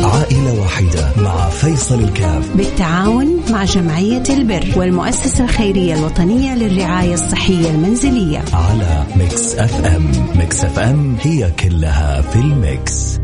عائلة واحدة مع فيصل الكاف بالتعاون مع جمعية البر والمؤسسة الخيرية الوطنية للرعاية الصحية المنزلية على ميكس اف ام. ميكس اف ام هي كلها في الميكس.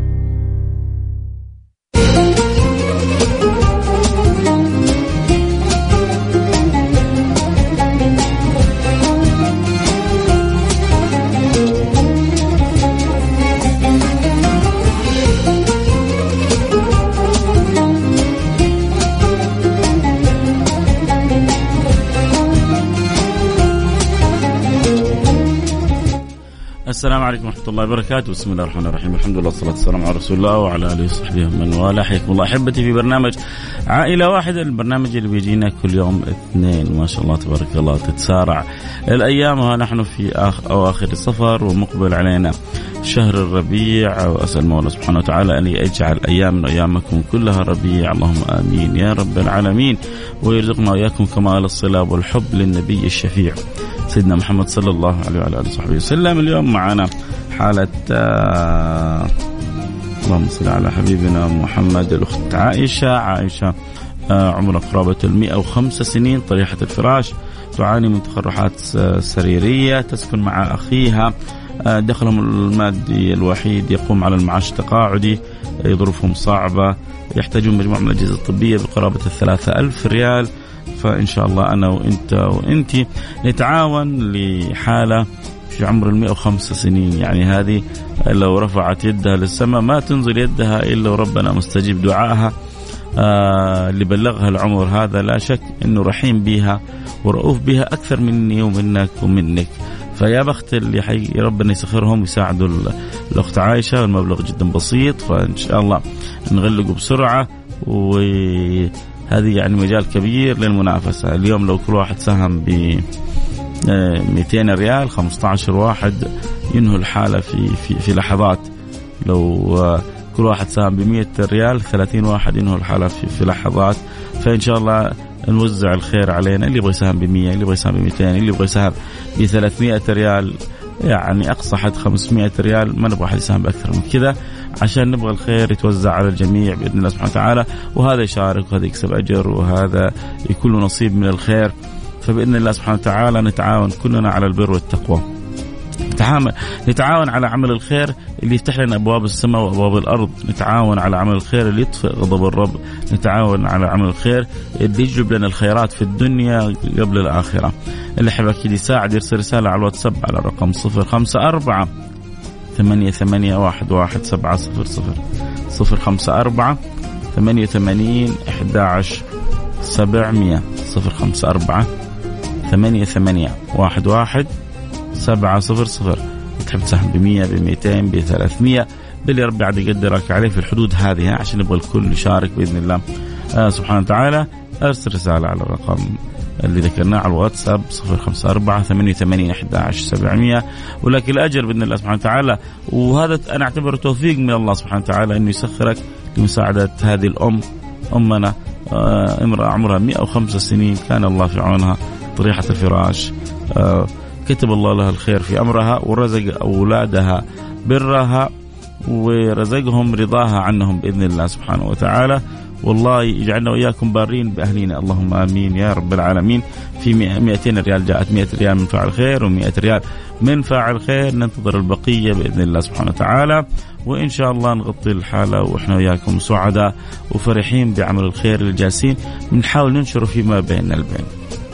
السلام عليكم ورحمة الله وبركاته. بسم الله الرحمن الرحيم. الحمد لله والصلاة والسلام على رسول الله وعلى آله وصحبه ومن والاه. حياكم الله أحبتي في برنامج عائلة واحدة، البرنامج اللي بيجينا كل يوم اثنين. ما شاء الله تبارك الله تتسارع الأيام ونحن في أواخر الصفر ومقبل علينا شهر الربيع، وأسأل الله سبحانه وتعالى أن يجعل أيامنا أيامكم كلها ربيع، اللهم آمين يا رب العالمين، ويرزقنا وإياكم كمال الصلة والحب للنبي الشفيع سيدنا محمد صلى الله عليه وعلى آله وصحبه وسلم. اليوم معنا حالة اللهم صل على حبيبنا محمد، الأخت عائشة عمرها قرابة 105 سنين، طريحة الفراش، تعاني من تقرحات سريرية، تسكن مع أخيها، دخلهم المادي الوحيد يقوم على المعاش التقاعدي، ظروفهم صعبة، يحتاجون مجموعة من الأجهزة الطبية بقرابة 3000 ريال. فإن شاء الله أنا وإنتي نتعاون لحالة في عمر 105 سنين. يعني هذه لو رفعت يدها للسماء ما تنزل يدها إلا وربنا مستجيب دعائها. اللي بلغها العمر هذا لا شك إنه رحيم بها ورؤوف بها أكثر مني ومنك ومنك. فيا بخت اللي حي ربنا يسخرهم ويساعدوا الأخت عائشة، والمبلغ جدا بسيط، فإن شاء الله نغلقه بسرعة. وهذه يعني مجال كبير للمنافسة. اليوم لو كل واحد ساهم ب 200 ريال 15 واحد ينهوا الحالة في لحظات. لو كل واحد ساهم ب100 ريال 30 واحد ينهوا الحالة في لحظات. فإن شاء الله نوزع الخير علينا، اللي يبغى يساهم ب100، اللي يبغى يساهم ب200، اللي يبغى يساهم ب300 ريال، يعني أقصى حد 500 ريال. ما نبغى أحد يساهم بأكثر من كذا عشان نبغى الخير يتوزع على الجميع بإذن الله سبحانه وتعالى، وهذا يشارك وهذا يكسب أجر وهذا يكون له نصيب من الخير. فبإذن الله سبحانه وتعالى نتعاون كلنا على البر والتقوى، نتعاون على عمل الخير اللي يفتح لنا أبواب السماء وأبواب الأرض، نتعاون على عمل الخير اللي يطفئ غضب الرب، نتعاون على عمل الخير اللي يجلب لنا الخيرات في الدنيا قبل الآخرة. اللي حاب أكيد يساعد يرسل رسالة على الواتساب على الرقم 054 88 11 700 054 88 11 700 054 88 11 700. تحب تساهم ب100 ب200 ب300 باللي ربي عاد يقدرك عليه في الحدود هذه، عشان يبغى الكل يشارك بإذن الله سبحانه وتعالى. أرسل رسالة على الرقم اللي ذكرناه على الواتساب 054 88 11 700. ولكن الأجر بإذن الله سبحانه وتعالى، وهذا أنا أعتبره توفيق من الله سبحانه وتعالى إنه يسخرك لمساعدة هذه أمنا امرأة عمرها 105 سنين، كان الله في عونها، طريحة الفراش، كتب الله لها الخير في أمرها ورزق أولادها برها ورزقهم رضاها عنهم بإذن الله سبحانه وتعالى. والله يجعلنا وإياكم بارين بأهلنا، اللهم آمين يا رب العالمين. في 200 ريال جاءت 100 ريال من فاعل خير و100 ريال من فاعل خير، ننتظر البقية بإذن الله سبحانه وتعالى، وإن شاء الله نغطي الحالة وإحنا وإياكم سعداء وفرحين بعمل الخير الجالسين بنحاول ننشره فيما بيننا البين.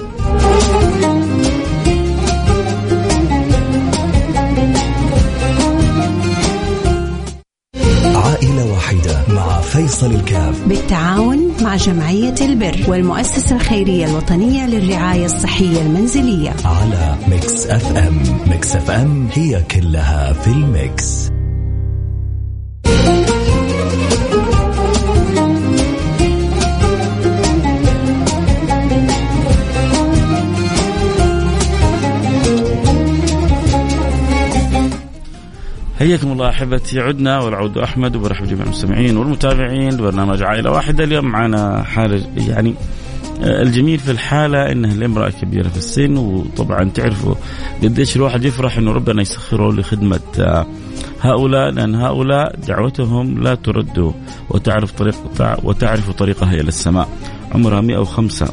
عائلة واحدة مع فيصل الكاف بالتعاون مع جمعية البر والمؤسسة الخيرية الوطنية للرعاية الصحية المنزلية على ميكس اف ام. ميكس اف ام هي كلها في الميكس. حياكم الله أحبتي، عدنا والعود أحمد، وبرحب جميع المستمعين والمتابعين لبرنامج عائلة واحدة. اليوم معنا حالة، يعني الجميل في الحالة إنها الامرأة كبيرة في السن، وطبعا تعرفوا قديش الواحد يفرح إنه ربنا يسخره لخدمة هؤلاء، لأن هؤلاء دعوتهم لا ترد وتعرف طريقها إلى السماء. عمرها 105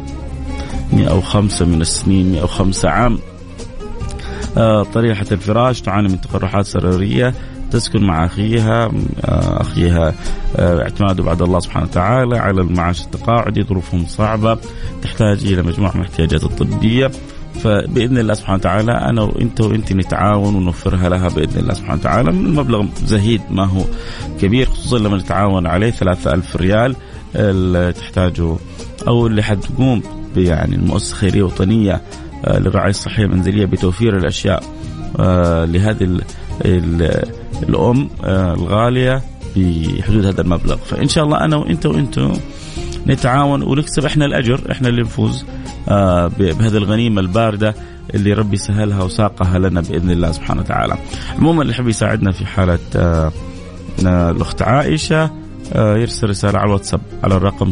من السنين، 105 عام. طريحة الفراش، تعاني من تقرحات سريرية، تسكن مع أخيها اعتماده بعد الله سبحانه وتعالى على المعاش التقاعدي، ظروفهم صعبة، تحتاج إلى مجموعة من الاحتياجات الطبية. فبإذن الله سبحانه وتعالى أنا وإنت نتعاون ونوفرها لها بإذن الله سبحانه وتعالى. من المبلغ زهيد، ما هو كبير، خصوصا لما نتعاون عليه 3000 ريال اللي تحتاجه أو اللي حتقوم يعني المؤسسة الخيرية الوطنية للرعاية الصحية المنزلية بتوفير الأشياء لهذه الأم الغالية بحدود هذا المبلغ. فإن شاء الله أنا وإنتوا نتعاون ونكسب إحنا الأجر، إحنا اللي نفوز بهذه الغنيمة الباردة اللي ربي سهلها وساقها لنا بإذن الله سبحانه وتعالى. عموما اللي يحب يساعدنا في حالة الأخت عائشة يرسل رسالة على الواتساب على الرقم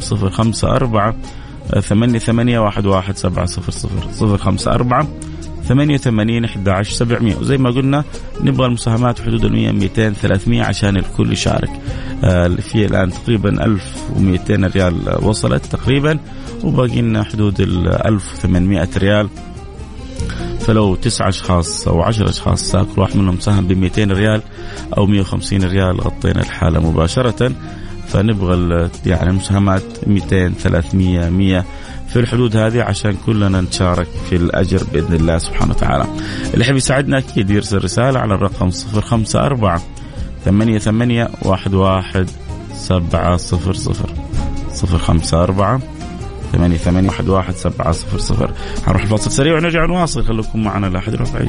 054-88-11700 054-88-11700. وزي ما قلنا نبغى المساهمات في حدود 100 200 300 عشان الكل يشارك. في الآن تقريبا 1200 ريال وصلت تقريبا، وباقي لنا حدود 1800 ريال. فلو 9 أشخاص أو 10 أشخاص كل واحد منهم ساهم ب200 ريال أو 150 ريال غطينا الحالة مباشرة. فنبغى يعني المساهمات 200 300 100 في الحدود هذه عشان كلنا نشارك في الأجر بإذن الله سبحانه وتعالى. اللي يحب يساعدنا أكيد يرسل رسالة على الرقم 054-88-11700 054-88-11700. هنروح الفاصل سريع ونرجع نواصل، خليكم معنا لا أحد يروح بعيد.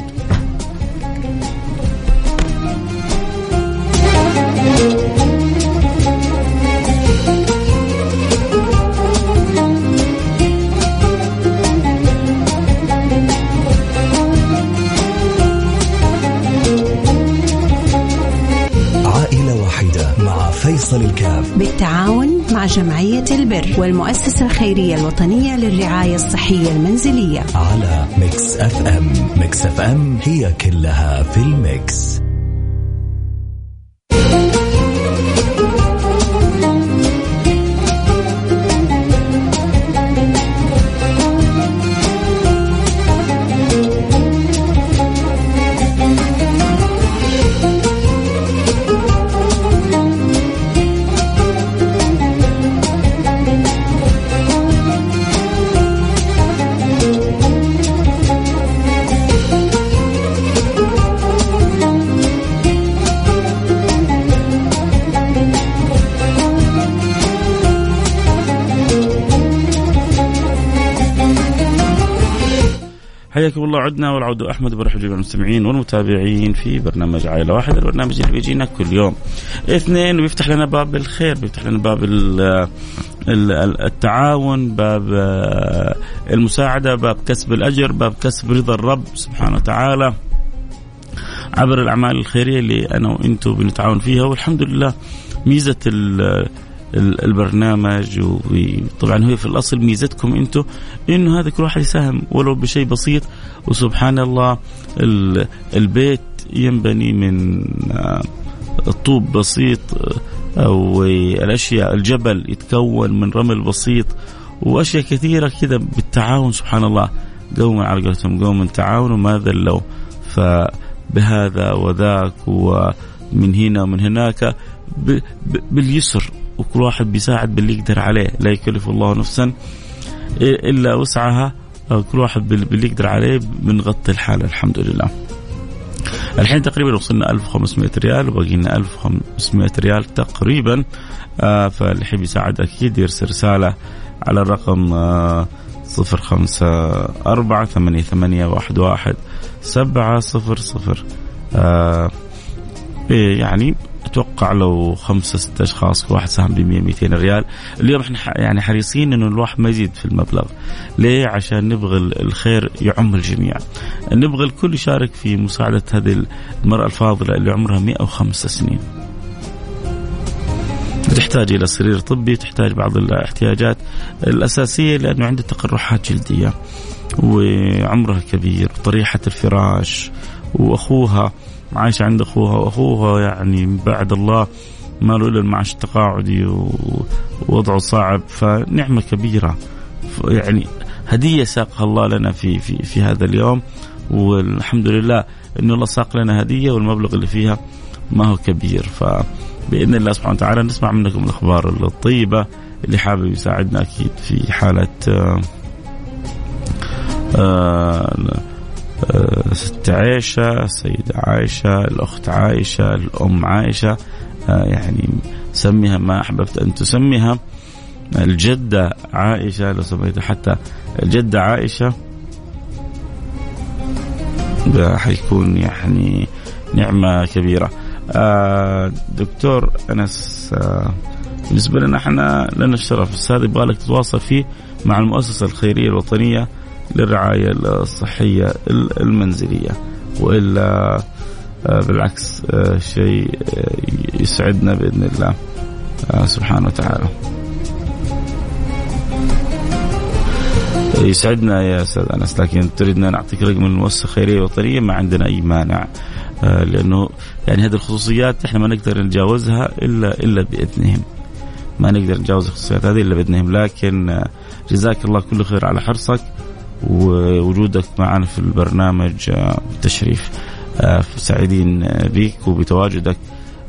فيصل الكاف بالتعاون مع جمعية البر والمؤسسة الخيرية الوطنية للرعاية الصحية المنزلية على ميكس اف ام. ميكس اف ام هي كلها في الميكس. حياكم الله. عدنا والعود أحمد برحب جميع المستمعين والمتابعين في برنامج عائلة واحدة، البرنامج اللي بيجينا كل يوم اثنين ويفتح لنا باب الخير، بيفتح لنا باب التعاون، باب المساعدة، باب كسب الأجر، باب كسب رضا الرب سبحانه وتعالى عبر الأعمال الخيرية اللي أنا وإنتوا بنتعاون فيها. والحمد لله ميزة البرنامج وطبعا هي في الأصل ميزتكم أنتوا إنه هذا كل واحد يساهم ولو بشيء بسيط. وسبحان الله البيت ينبني من طوب بسيط أو الأشياء، الجبل يتكون من رمل بسيط وأشياء كثيرة كذا بالتعاون. سبحان الله قوما على قولتهم قوما تعاونوا ما ذلوا. فبهذا وذاك ومن هنا ومن هناك باليسر، وكل واحد بيساعد باللي يقدر عليه، لا يكلف الله نفسا إلا وسعها. كل واحد باللي يقدر عليه بنغطي الحالة الحمد لله. الحين تقريبا وصلنا 1500 ريال وباقي لنا 1500 ريال تقريبا. فاللي يحب يساعد أكيد يرسل رسالة على الرقم 054-88-11700. يعني أتوقع لو 5-6 أشخاص كل واحد ساهم ب100-200 ريال اليوم. احنا يعني حريصين إنه الواحد ما يزيد في المبلغ. ليه؟ عشان نبغى الخير يعم الجميع، نبغى الكل يشارك في مساعدة هذه المرأة الفاضلة اللي عمرها 105 سنين، تحتاج إلى سرير طبي، تحتاج بعض الاحتياجات الأساسية لأنه عندها تقرحات جلدية وعمرها كبير وطريحة الفراش، وأخوها عايشة عند أخوها، وأخوها يعني بعد الله ما له إلا المعاش التقاعدي ووضعه صعب، فنعمة كبيرة يعني هدية ساقها الله لنا في هذا اليوم، والحمد لله إنه الله ساق لنا هدية والمبلغ اللي فيها ما هو كبير. فبإذن الله سبحانه وتعالى نسمع منكم الأخبار الطيبة. اللي حابب يساعدنا أكيد في حالة ست عائشة، السيدة عائشة، الأخت عائشة، الأم عائشة، يعني سميها ما أحببت أن تسميها، الجدة عائشة لو سميتها حتى الجدة عائشة، حيكون يعني نعمة كبيرة. دكتور أنس، بالنسبة لنا احنا لنا الشرف، بس هذا يبغى لك تتواصل فيه مع المؤسسة الخيرية الوطنية للرعاية الصحية المنزلية، وإلا بالعكس شيء يسعدنا بإذن الله سبحانه وتعالى. يسعدنا يا أستاذ أنس، لكن تريدنا نعطيك رقم المؤسسة الخيرية الوطنية ما عندنا أي مانع، لأنه يعني هذه الخصوصيات احنا ما نقدر نتجاوزها إلا بإذنهم، ما نقدر نتجاوز الخصوصيات هذه إلا بإذنهم. لكن جزاك الله كل خير على حرصك ووجودك معنا في البرنامج، تشريف. سعيدين بك وبتواجدك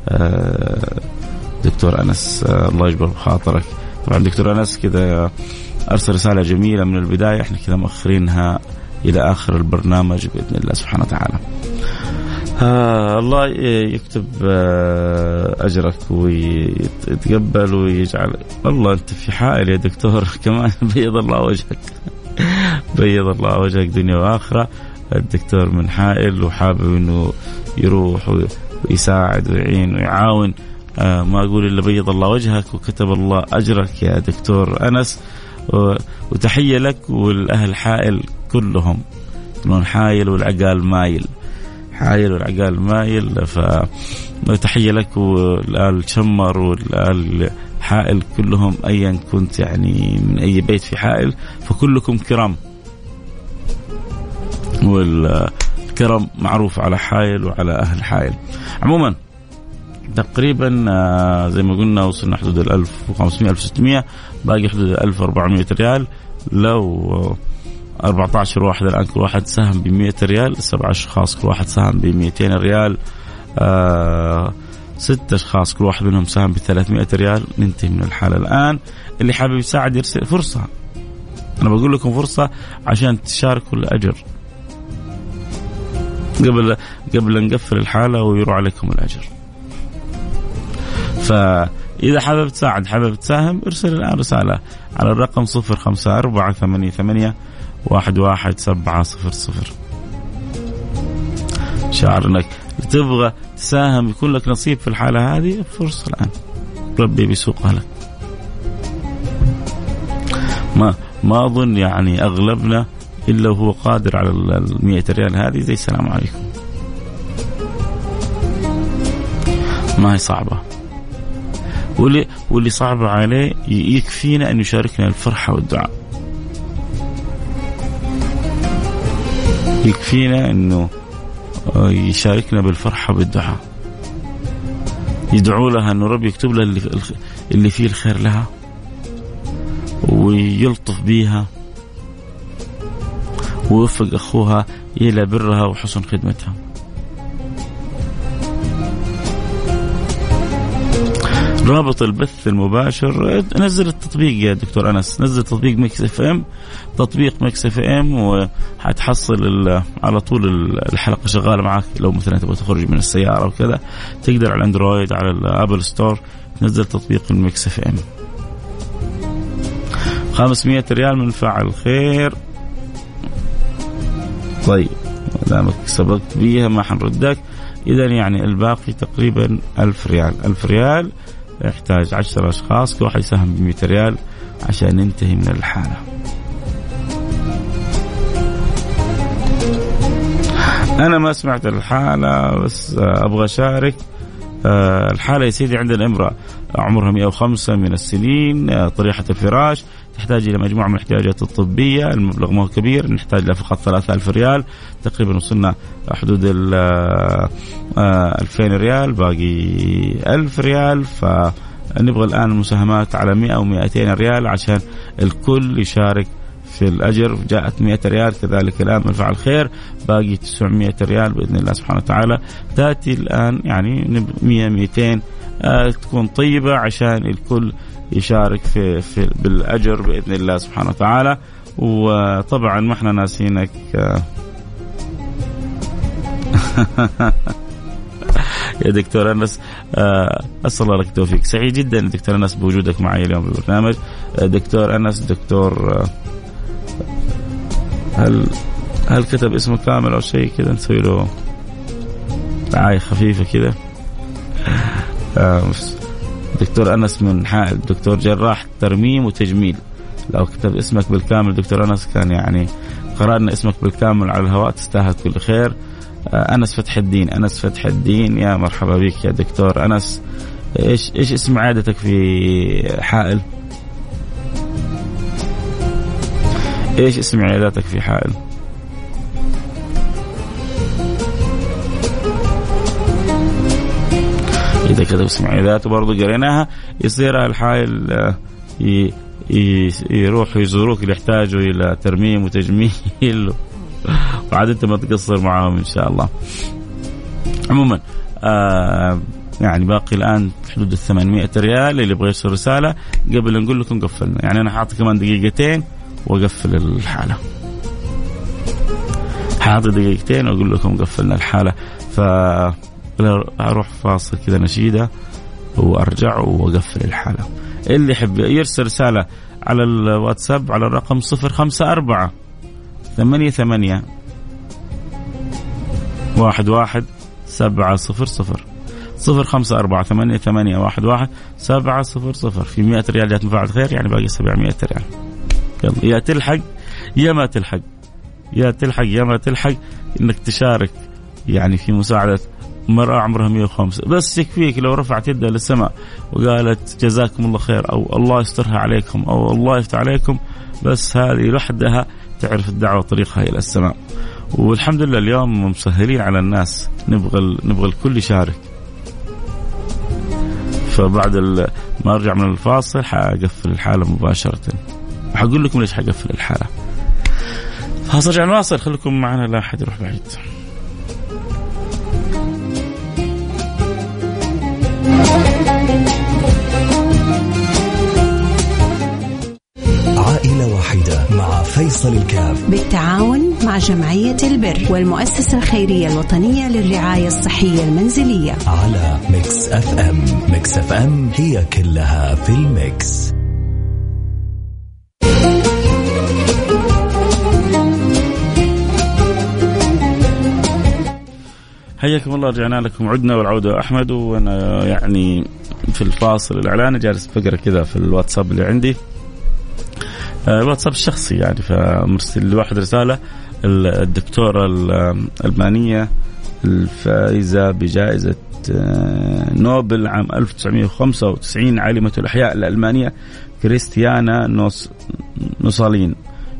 دكتور أنس، الله يجبر بخاطرك. طبعا دكتور أنس كذا أرسل رسالة جميلة من البداية، احنا كذا مؤخرينها إلى آخر البرنامج بإذن الله سبحانه وتعالى. الله يكتب أجرك ويتقبل ويجعل. والله أنت في حائل يا دكتور كمان، بيض الله وجهك، بيض الله وجهك دنيا وآخرة. الدكتور من حائل وحابب أنه يروح ويساعد ويعين ويعاون، ما أقول إلا بيض الله وجهك وكتب الله أجرك يا دكتور أنس. وتحية لك والأهل حائل كلهم، من حايل والعقال مايل، حايل والعقال مايل. فتحية لك والآل شمر والآل حائل كلهم، أيا كنت يعني من أي بيت في حائل، فكلكم كرام، والكرم معروف على حائل وعلى أهل حائل. عموما تقريبا زي ما قلنا وصلنا حدود 1500-1600، باقي حدود 1400 ريال. لو 14 واحد الآن كل واحد سهم ب100 ريال، 7 أشخاص كل واحد سهم ب200 ريال، 6 أشخاص كل واحد منهم سهم ب300 ريال. ننتهي من الحالة الآن. اللي حابب يساعد يرسل، فرصة، أنا بقول لكم فرصة عشان تشاركوا الأجر قبل نقفل الحالة ويروح عليكم الأجر. فإذا حابب تساعد، حابب تساهم، ارسل الآن رسالة على الرقم 0548811700. شعر انك تبغى تساهم يكون لك نصيب في الحالة هذه، فرصة الآن، ربي بيسوقها لك. ما أظن يعني أغلبنا إلا هو قادر على 100 ريال هذه، زي السلام عليكم، ما هي صعبة. واللي صعب عليه يكفينا أن يشاركنا الفرحة والدعاء، يكفينا أنه يشاركنا بالفرحة والدعاء، يدعو لها أنه رب يكتب لها اللي فيه الخير لها ويلطف بيها ويوفق أخوها إلى برها وحسن خدمتها. رابط البث المباشر، نزل التطبيق يا دكتور أنس، نزل تطبيق ميكس اف ام، تطبيق ميكس اف ام، وحتحصل على طول الحلقة شغالة معك. لو مثلا تبغى تخرج من السيارة وكذا، تقدر على الاندرويد على الابل ستور تنزل تطبيق الميكس اف ام. 500 ريال من فاعل خير. طيب دامك سبقت بيها ما حنردك، إذا يعني الباقي تقريبا 1000 ريال. 1000 ريال يحتاج 10 أشخاص، كل واحد يساهم ب100 ريال عشان ننتهي من الحالة. أنا ما سمعت الحالة بس أبغى أشارك الحالة يا سيدي عندنا امرأة عمرها 105 من السنين، طريحة الفراش، تحتاج إلى مجموعة من الاحتياجات الطبية، المبلغ ما هو كبير، نحتاج لها فقط 3000 ريال، تقريبا وصلنا حدود 2000 ريال، باقي 1000 ريال. فنبغى الآن المساهمات على 100 أو 200 ريال عشان الكل يشارك في الأجر. جاءت 100 ريال كذلك الآن من فعل خير، باقي 900 ريال بإذن الله سبحانه وتعالى. تأتي الآن يعني 100-200 تكون طيبة عشان الكل يشارك في بالأجر بإذن الله سبحانه وتعالى. وطبعا ما احنا ناسينك يا دكتور أنس، أسأل الله لك التوفيق. سعيد جدا دكتور أنس بوجودك معي اليوم بالبرنامج. دكتور أنس، دكتور هل كتب اسمه كامل أو شيء كذا نسوي له دعاية خفيفة كذا؟ دكتور أنس من حائل، دكتور جراح ترميم وتجميل. لو كتب اسمك بالكامل دكتور أنس كان يعني قرأنا اسمك بالكامل على الهواء، تستاهل كل خير. أنس فتح الدين، أنس فتح الدين، يا مرحبا بك يا دكتور أنس. إيش اسم عيادتك في حائل؟ إيش اسم عيادتك في حائل؟ إذا كتب اسم عياداته برضو قريناها، يصير الحائل يروحوا يزوروك اللي يحتاجوا إلى ترميم وتجميل وعاد أنت ما تقصر معهم إن شاء الله. عموما يعني باقي الآن حدود 800 ريال. اللي يبغى يرسل رسالة قبل نقول لكم قفلنا، يعني أنا حاطي كمان دقيقتين وقفل الحالة، حاطي دقيقتين وأقول لكم قفلنا الحالة. فأروح فاصل كذا نشيدة وأرجع وأقفل الحالة. اللي يحب يرسل رسالة على الواتساب على الرقم 054 88 11 700 054 88 11 700. في 100 ريال جات مفاعل خير، يعني باقي 700 ريال. يلا يا تلحق يا ما تلحق، يا تلحق يا ما تلحق انك تشارك يعني في مساعدة مرأة عمرها 105. بس يكفيك لو رفعت يدها للسماء وقالت جزاكم الله خير أو الله يسترها عليكم أو الله يفتح عليكم، بس هذه لوحدها تعرف الدعوة طريقها إلى السماء. والحمد لله اليوم مسهلين على الناس، نبغى الكل يشارك. فبعد ما أرجع من الفاصل حقفل الحالة مباشرة، وحقول لكم ليش حقفل الحالة. هرجع نواصل، خليكم معنا لا أحد يروح بعيد. عائلة واحدة مع فيصل الكاف بالتعاون مع جمعية البر والمؤسسة الخيرية الوطنية للرعاية الصحية المنزلية على ميكس اف ام. ميكس اف ام هي كلها في الميكس. حياكم الله، رجعنا لكم، عدنا والعودة أحمد. وأنا يعني في الفاصل الإعلاني جالس بقرأ كذا في الواتساب اللي عندي، الواتساب الشخصي يعني، فمرسل لواحد رسالة: الدكتورة الألمانية الفائزة بجائزة نوبل عام 1995 عالمة الأحياء الألمانية كريستيانا نوسالين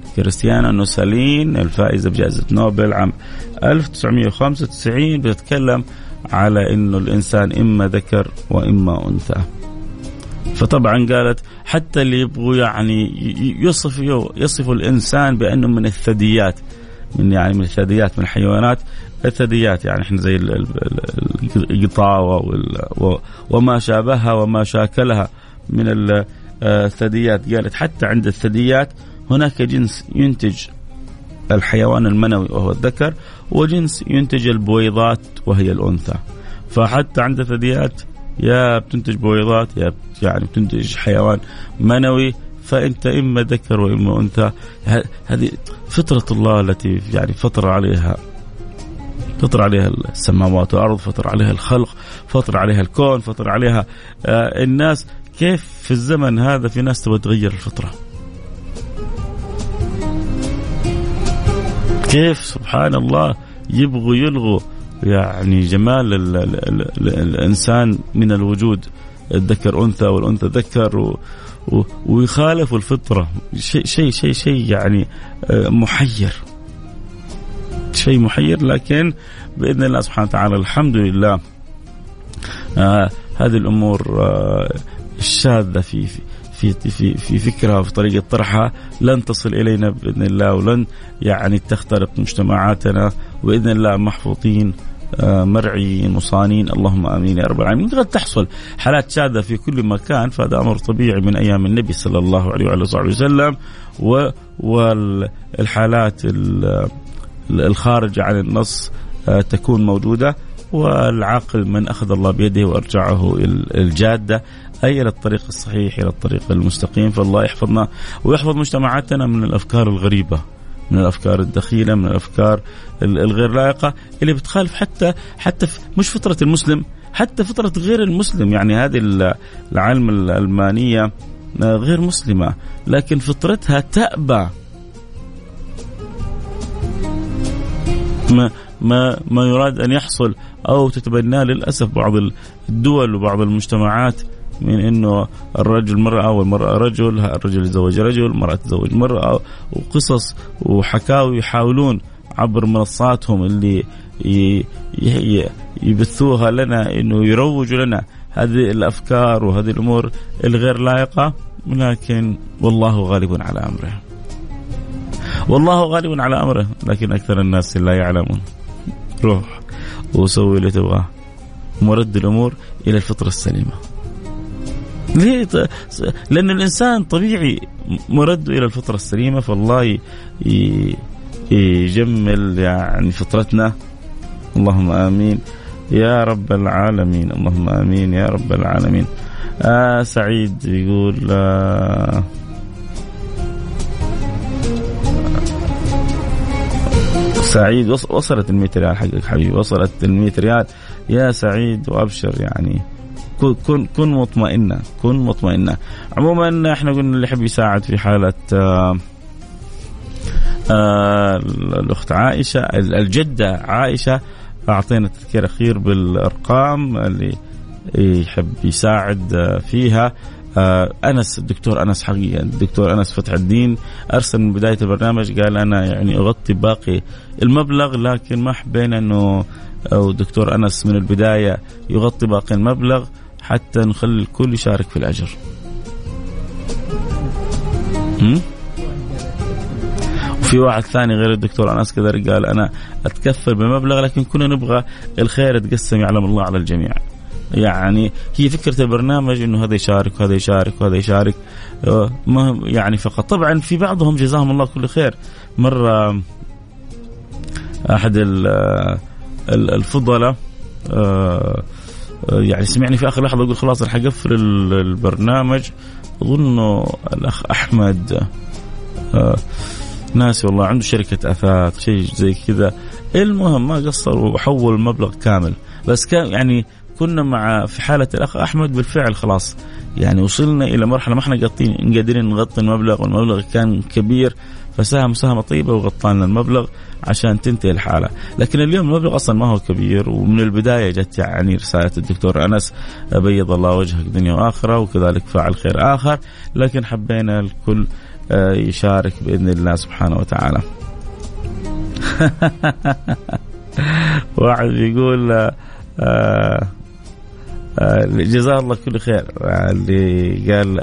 الفائزة بجائزة نوبل عام 1995 بتتكلم على إنه الإنسان إما ذكر وإما أنثى. فطبعا قالت حتى اللي يبغوا يعني يصفوا الإنسان بأنه من الثدييات، من الثدييات، من الحيوانات الثدييات، يعني احنا زي القطاوة وما شابهها وما شاكلها من الثدييات. قالت حتى عند الثدييات هناك جنس ينتج الحيوان المنوي وهو الذكر، وجنس ينتج البويضات وهي الأنثى. فحتى عند الثدييات يا بتنتج بويضات يا يعني بتنتج حيوان منوي، فأنت إما ذكر وإما أنثى. هذه فطرة الله التي يعني فطر عليها السماوات والأرض، فطر عليها الخلق، فطر عليها الكون، فطر عليها الناس. كيف في الزمن هذا في ناس تبغى تغير الفطرة؟ كيف سبحان الله يبغوا يلغوا يعني جمال الإنسان من الوجود، الذكر أنثى والأنثى ذكر، ويخالف الفطرة. شيء يعني محير، شيء محير. لكن بإذن الله سبحانه وتعالى الحمد لله هذه الأمور الشاذة في فكرها وفي طريقة طرحها لن تصل إلينا بإذن الله، ولن يعني تخترق مجتمعاتنا، وبإذن الله محفوظين مرعيين مصانين، اللهم آمين يا رب العالمين. قد تحصل حالات شاذة في كل مكان، فهذا أمر طبيعي من أيام النبي صلى الله عليه وعلى صحبه وسلم. والحالات الخارجة عن النص تكون موجودة، والعاقل من أخذ الله بيده وأرجعه الجادة، أي إلى الطريق الصحيح، إلى الطريق المستقيم. فالله يحفظنا ويحفظ مجتمعاتنا من الأفكار الغريبة، من الأفكار الدخيلة، من الأفكار الغير لائقة اللي بتخالف حتى مش فطرة المسلم، حتى فطرة غير المسلم. يعني هذه العالم الألمانية غير مسلمة، لكن فطرتها تأبى ما يراد أن يحصل أو تتبناه للأسف بعض الدول وبعض المجتمعات، من إنه الرجل مرأة والمرأة رجل، الرجل يتزوج رجل، المرأة تتزوج مرأة، وقصص وحكاوي يحاولون عبر منصاتهم اللي يبثوها لنا إنه يروجوا لنا هذه الأفكار وهذه الأمور الغير لائقة. لكن والله غالب على أمره، والله غالب على أمره، لكن أكثر الناس لا يعلمون. روح وسوي اللي تبغاه، مرد الأمور إلى الفطرة السليمة. ليه؟ لأن الإنسان طبيعي مرد إلى الفطرة السليمة، فالله يجمل يعني فطرتنا. اللهم آمين يا رب العالمين، اللهم آمين يا رب العالمين. سعيد يقول سعيد وصلت 100 ريال حقك حبيبي، وصلت 100 ريال يا سعيد، وأبشر يعني كن مطمئنة، كن مطمئنة. عموما احنا قلنا اللي يحب يساعد في حالة الأخت عائشة، الجدة عائشة، أعطينا تذكير أخير بالأرقام اللي يحب يساعد فيها. أنس، الدكتور أنس حقيقة، الدكتور أنس فتح الدين أرسل من بداية البرنامج قال أنا يعني أغطي باقي المبلغ، لكن ما حبينا أنه أو الدكتور أنس من البداية يغطي باقي المبلغ حتى نخلي الكل يشارك في الأجر. وفي واحد ثاني غير الدكتور أنس كذا قال أنا أتكفل بمبلغ، لكن كنا نبغى الخير يتقسم يعلم الله على الجميع. يعني هي فكرة البرنامج إنه هذا يشارك وهذا يشارك وهذا يشارك، ما يعني فقط. طبعا في بعضهم جزاهم الله كل خير. مرة أحد الفضلاء يعني سمعني في آخر لحظة يقول خلاص راح أقفل البرنامج، أظنه الأخ أحمد ناسي والله، عنده شركة أثاث شيء زي كذا. المهم ما قصر وحول المبلغ كامل، بس كان يعني كنا مع في حالة الأخ أحمد بالفعل خلاص يعني وصلنا إلى مرحلة ما احنا قادرين نغطي المبلغ، والمبلغ كان كبير، فساهم مساهمة طيبة وغطانا المبلغ عشان تنتهي الحالة. لكن اليوم المبلغ أصلا ما هو كبير، ومن البداية جت يعني رسالة الدكتور أنس بيض الله وجهك دنيا وآخرة، وكذلك فاعل خير آخر، لكن حبينا الكل يشارك بإذن الله سبحانه وتعالى. واحد يقول جزاه الله كل خير، اللي قال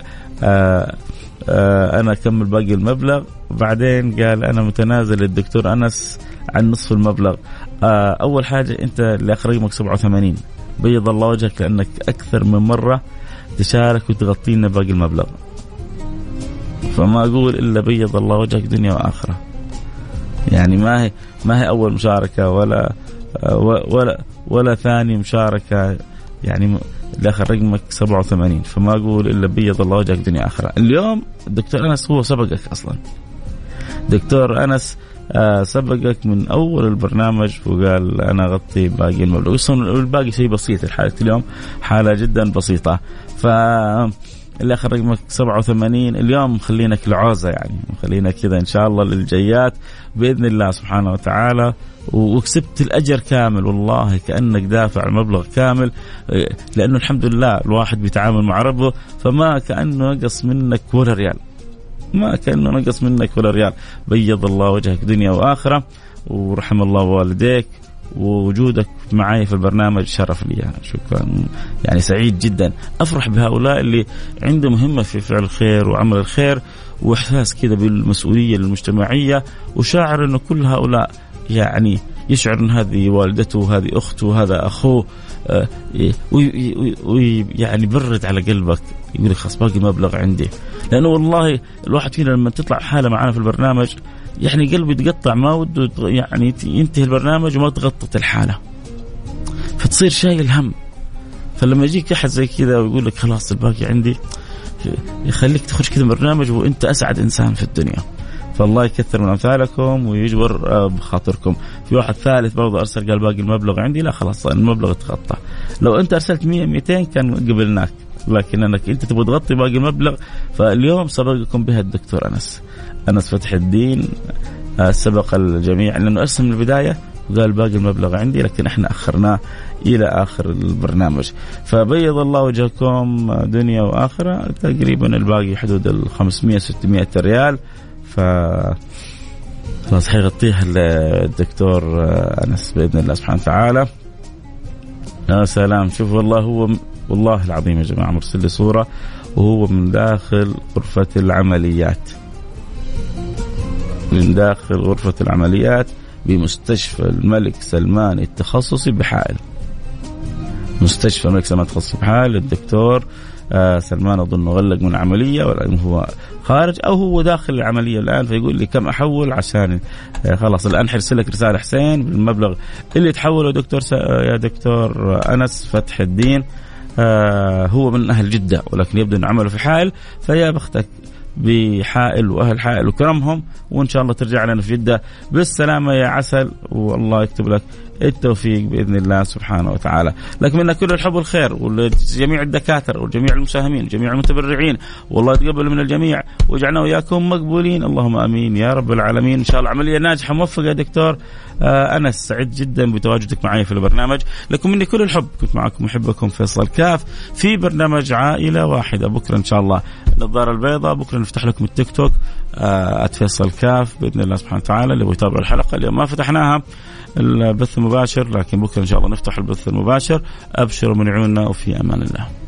أنا أكمل باقي المبلغ، بعدين قال أنا متنازل الدكتور أنس عن نصف المبلغ. أول حاجة أنت اللي آخر رقمك 87 بيض الله وجهك، لأنك أكثر من مرة تشارك وتغطينا باقي المبلغ، فما أقول إلا بيض الله وجهك دنيا وآخرة. يعني ما هي أول مشاركة ولا ثاني مشاركة، يعني الآخر رقمك 87، فما أقول إلا بيض الله وجهك دنيا آخرة. اليوم الدكتور أنس هو سبقك أصلا، دكتور أنس سبقك من أول البرنامج وقال أنا أغطي باقي المبلغ، والباقي شيء بسيط. الحالة اليوم حالة جدا بسيطة، اللي آخر رقمك 87 اليوم خلينك العوزة يعني، خلينا كذا إن شاء الله للجيات بإذن الله سبحانه وتعالى، وكسبت الأجر كامل والله كأنك دافع المبلغ كامل، لأنه الحمد لله الواحد بيتعامل مع ربه، فما كأنه نقص منك ولا ريال، ما كأنه نقص منك ولا ريال. بيض الله وجهك دنيا وآخرة، ورحم الله والديك، ووجودك معي في البرنامج شرف لي. شكرا، يعني سعيد جدا، أفرح بهؤلاء اللي عندهم همة في فعل الخير وعمل الخير، وإحساس كذا بالمسؤولية المجتمعية، وشاعر أنه كل هؤلاء يعني يشعر أن هذه والدته وهذه أخته وهذا أخوه، ويعني برد على قلبك، يقول لك خلاص باقي مبلغ عندي. لأنه والله الواحد فينا لما تطلع حالة معنا في البرنامج يعني قلبي يتقطع، ما وده يعني ينتهي البرنامج وما تغطت الحالة، فتصير شايل هم. فلما يجيك أحد زي كذا ويقول لك خلاص الباقي عندي، يخليك تخرج كذا برنامج وأنت أسعد إنسان في الدنيا. فالله يكثر من أمثالكم ويجبر بخاطركم. في واحد ثالث برضه أرسل قال باقي المبلغ عندي، لا خلاص المبلغ تغطى. لو أنت أرسلت 100-200 كان قبلناك، لكن أنك أنت تبغى تغطي باقي المبلغ. فاليوم سبقكم بها الدكتور أنس فتح الدين، سبق الجميع لأنه أرسل من البداية وقال باقي المبلغ عندي، لكن احنا أخرناه إلى آخر البرنامج. فبيض الله وجهكم دنيا وآخرة. تقريبا الباقي حدود 500-600 ريال، خلاص حيغطيها الدكتور أنس بإذن الله سبحانه وتعالى. يا سلام، شوف والله هو والله العظيم يا جماعة مرسل لي صورة وهو من داخل غرفة العمليات، من داخل غرفة العمليات بمستشفى الملك سلمان التخصصي بحائل. مستشفى الملك سلمان التخصصي بحائل. الدكتور سلمان أظن غلق من عملية، ولا هو خارج أو هو داخل العملية الآن، فيقول لي كم أحول عشان خلاص الآن حرسلك رسالة حسين بالمبلغ اللي تحوله دكتور يا دكتور أنس فتح الدين. هو من أهل جدة ولكن يبدو أن عمله في حائل، فيا بختك بحائل وأهل حائل وكرمهم، وإن شاء الله ترجع لنا في جدة بالسلامة يا عسل، والله يكتب لك التوفيق بإذن الله سبحانه وتعالى. لكن منا كل الحب والخير ولجميع الدكاترة وجميع المساهمين وجميع المتبرعين، والله يتقبل من الجميع ويجعلنا وياكم مقبولين، اللهم آمين يا رب العالمين. إن شاء الله عملية ناجحة موفقة يا دكتور أنس. سعيد جدا بتواجدك معي في البرنامج، لكم مني كل الحب. كنت معكم محبكم فيصل كاف في برنامج عائلة واحدة. بكرة إن شاء الله النظارة البيضاء، بكرة نفتح لكم التيك توك @فيصل كاف بإذن الله سبحانه وتعالى. اللي يتابع الحلقة اليوم ما فتحناها البث المباشر، لكن بكرة إن شاء الله نفتح البث المباشر. أبشروا من عيوننا وفي أمان الله.